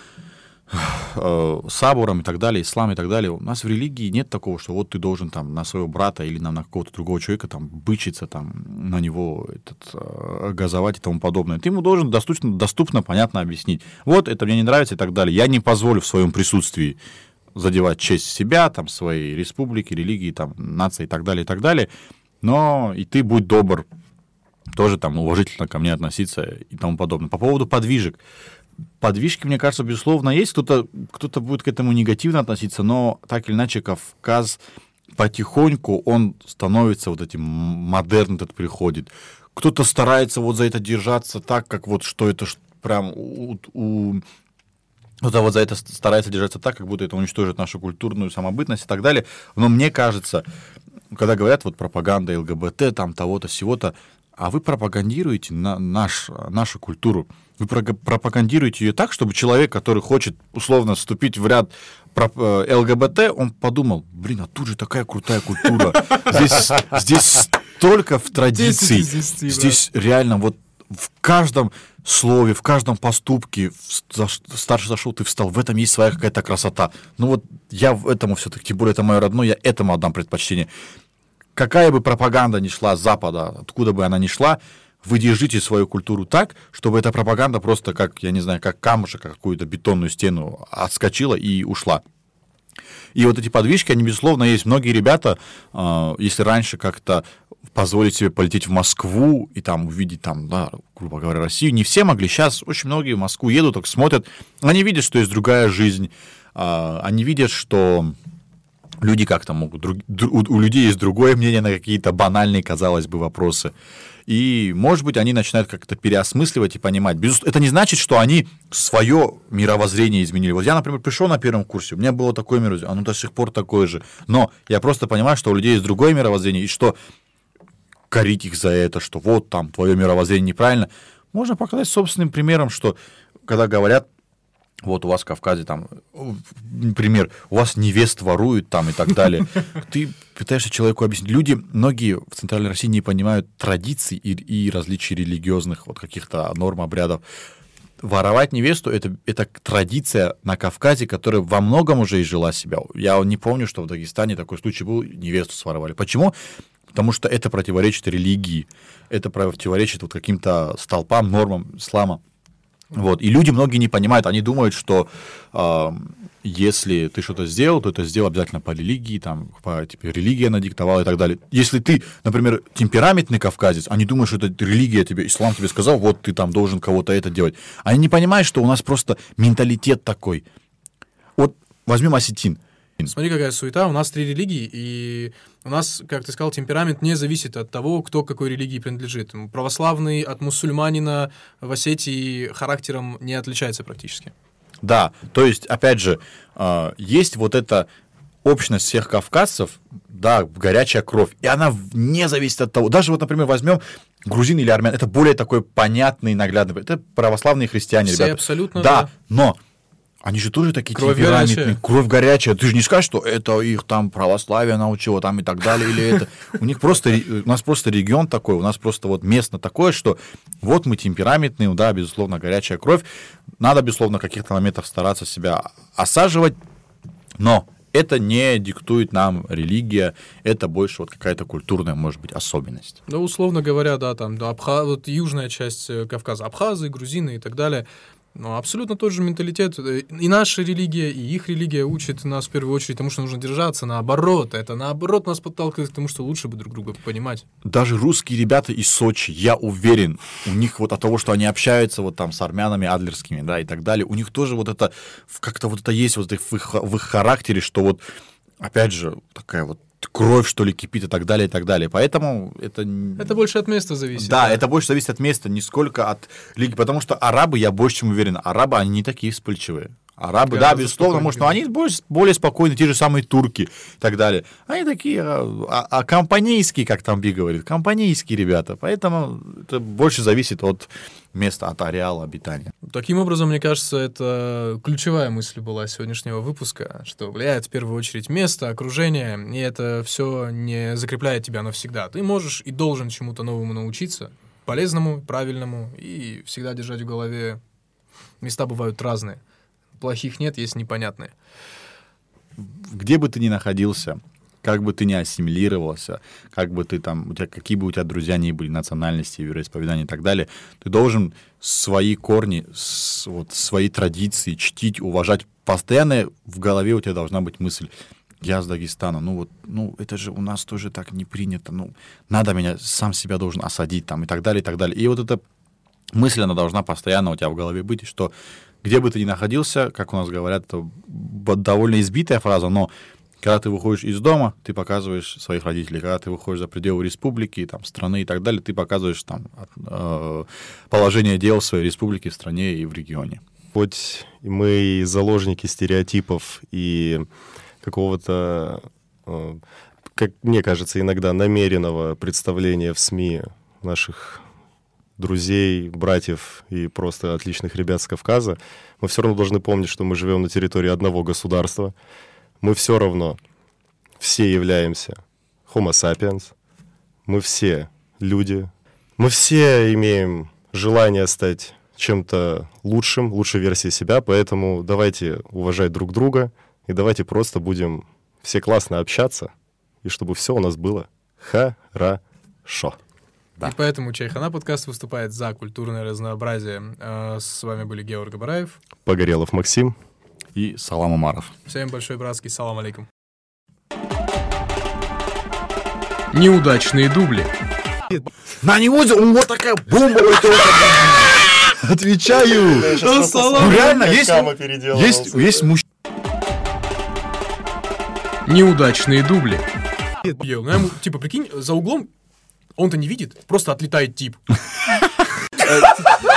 C: сабуром и так далее, ислам и так далее, у нас в религии нет такого, что вот ты должен там на своего брата или на, на какого-то другого человека там бычиться, там, на него этот, газовать и тому подобное. Ты ему должен доступно, доступно, понятно объяснить. Вот, это мне не нравится и так далее. Я не позволю в своем присутствии задевать честь себя, там, своей республики, религии, там, нации и так далее, и так далее. Но и ты будь добр тоже там уважительно ко мне относиться и тому подобное. По поводу подвижек. Подвижки, мне кажется, безусловно, есть. Кто-то, кто-то будет к этому негативно относиться, но так или иначе Кавказ потихоньку, он становится вот этим, модерн этот приходит. Кто-то старается вот за это держаться так, как вот что это прям у... у кто-то вот за это старается держаться так, как будто это уничтожит нашу культурную самобытность и так далее. Но мне кажется, когда говорят вот пропаганда ЛГБТ, там того-то, всего-то, а вы пропагандируете на наш, нашу культуру. Вы пропагандируете ее так, чтобы человек, который хочет условно вступить в ряд ЛГБТ, он подумал, блин, а тут же такая крутая культура. Здесь, здесь столько в традиций. Здесь реально вот в каждом слове, в каждом поступке, старший зашел, ты встал, в этом есть своя какая-то красота. Ну вот я этому все-таки, тем более это мое родное, я этому отдам предпочтение. Какая бы пропаганда ни шла с Запада, откуда бы она ни шла, вы держите свою культуру так, чтобы эта пропаганда просто как, я не знаю, как камушек, как какую-то бетонную стену отскочила и ушла. И вот эти подвижки, они, безусловно, есть. Многие ребята, если раньше как-то позволить себе полететь в Москву и там увидеть, там, да, грубо говоря, Россию, не все могли. Сейчас очень многие в Москву едут, так смотрят, они видят, что есть другая жизнь, они видят, что люди как-то могут... Друг, у, у людей есть другое мнение на какие-то банальные, казалось бы, вопросы. И, может быть, они начинают как-то переосмысливать и понимать. Безусловно, это не значит, что они свое мировоззрение изменили. Вот я, например, пришел на первом курсе, у меня было такое мировоззрение, оно до сих пор такое же. Но я просто понимаю, что у людей есть другое мировоззрение, и что корить их за это, что вот там твое мировоззрение неправильно. Можно показать собственным примером, что когда говорят, вот у вас в Кавказе, там, например, у вас невест воруют там и так далее. Ты пытаешься человеку объяснить. Люди, многие в Центральной России не понимают традиций и, и различий религиозных, вот каких-то норм, обрядов. Воровать невесту это, — это традиция на Кавказе, которая во многом уже изжила себя. Я не помню, что в Дагестане такой случай был, невесту своровали. Почему? Потому что это противоречит религии, это противоречит вот каким-то столпам, нормам ислама. Вот. И люди многие не понимают, они думают, что э, если ты что-то сделал, то это сделал обязательно по религии, там, по, типа, религия надиктовала и так далее. Если ты, например, темпераментный кавказец, они думают, что это религия тебе, ислам тебе сказал, вот ты там должен кого-то это делать. Они не понимают, что у нас просто менталитет такой. Вот возьмем осетин.
A: Смотри, какая суета. У нас три религии, и у нас, как ты сказал, темперамент не зависит от того, кто к какой религии принадлежит. Православный от мусульманина в Осетии характером не отличается практически.
C: Да, то есть, опять же, есть вот эта общность всех кавказцев, да, горячая кровь, и она не зависит от того. Даже вот, например, возьмем грузин или армян, это более такой понятный, наглядный, это православные христиане,
A: все
C: ребята.
A: Абсолютно,
C: да.
A: да.
C: Но они же тоже такие
A: кровь
C: темпераментные,
A: горячая.
C: Кровь горячая. Ты же не скажешь, что это их там православие научило там и так далее, или это. У них просто, у нас просто регион такой, у нас просто вот место такое, что вот мы темпераментные, да, безусловно, горячая кровь. Надо, безусловно, в каких-то моментах стараться себя осаживать, но это не диктует нам религия, это больше вот какая-то культурная, может быть, особенность.
A: Ну, условно говоря, да, там, да, Абха... вот южная часть Кавказа, абхазы, грузины и так далее. Но абсолютно тот же менталитет. И наша религия, и их религия учит нас в первую очередь тому, что нужно держаться наоборот. Это наоборот нас подталкивает к тому, что лучше бы друг друга понимать.
C: Даже русские ребята из Сочи, я уверен, у них вот от того, что они общаются вот там с армянами адлерскими, да, и так далее, у них тоже вот это, как-то вот это есть вот в их, в их характере, что вот, опять же, такая вот кровь, что ли, кипит и так далее, и так далее. Поэтому это...
A: Это больше от места зависит.
C: Да,
A: да,
C: это больше зависит от места, не сколько от лиги. Потому что арабы, я больше чем уверен, арабы, они не такие вспыльчивые. Арабы, да, безусловно, может, но они более, более спокойны, те же самые турки и так далее. Они такие, а, а компанейские, как там Би говорит, компанейские ребята. Поэтому это больше зависит от места, от ареала обитания.
A: Таким образом, мне кажется, это ключевая мысль была сегодняшнего выпуска, что влияет в первую очередь место, окружение, и это все не закрепляет тебя навсегда. Ты можешь и должен чему-то новому научиться, полезному, правильному, и всегда держать в голове, места бывают разные. Плохих нет, есть непонятные.
C: Где бы ты ни находился, как бы ты ни ассимилировался, как бы ты там, у тебя, какие бы у тебя друзья ни были, национальности, вероисповедания и так далее, ты должен свои корни, с, вот, свои традиции чтить, уважать. Постоянно в голове у тебя должна быть мысль: я с Дагестана, ну вот, ну это же у нас тоже так не принято, ну надо меня, сам себя должен осадить там и так далее, и так далее. И вот эта мысль, она должна постоянно у тебя в голове быть, что где бы ты ни находился, как у нас говорят, это довольно избитая фраза, но когда ты выходишь из дома, ты показываешь своих родителей. Когда ты выходишь за пределы республики, там, страны и так далее, ты показываешь там, э, положение дел в своей республике, в стране и в регионе.
B: Хоть мы и заложники стереотипов и какого-то, э, как мне кажется, иногда намеренного представления в СМИ наших друзей, братьев и просто отличных ребят с Кавказа, мы все равно должны помнить, что мы живем на территории одного государства. Мы все равно все являемся Homo sapiens. Мы все люди. Мы все имеем желание стать чем-то лучшим, лучшей версией себя, поэтому давайте уважать друг друга и давайте просто будем все классно общаться, и чтобы все у нас было хорошо.
A: Да. И поэтому Чайхана подкаст выступает за культурное разнообразие. С вами были Георг Абараев,
B: Погорелов Максим
C: и Салам Умаров.
A: Всем большой братский салам алейкум.
D: Неудачные дубли.
C: На него вот такая бомба. Отвечаю. Ну реально, есть, есть, есть мужчина.
D: Неудачные дубли.
A: Ел. Ну, я ему, типа, прикинь, за углом он-то не видит, просто отлетает тип.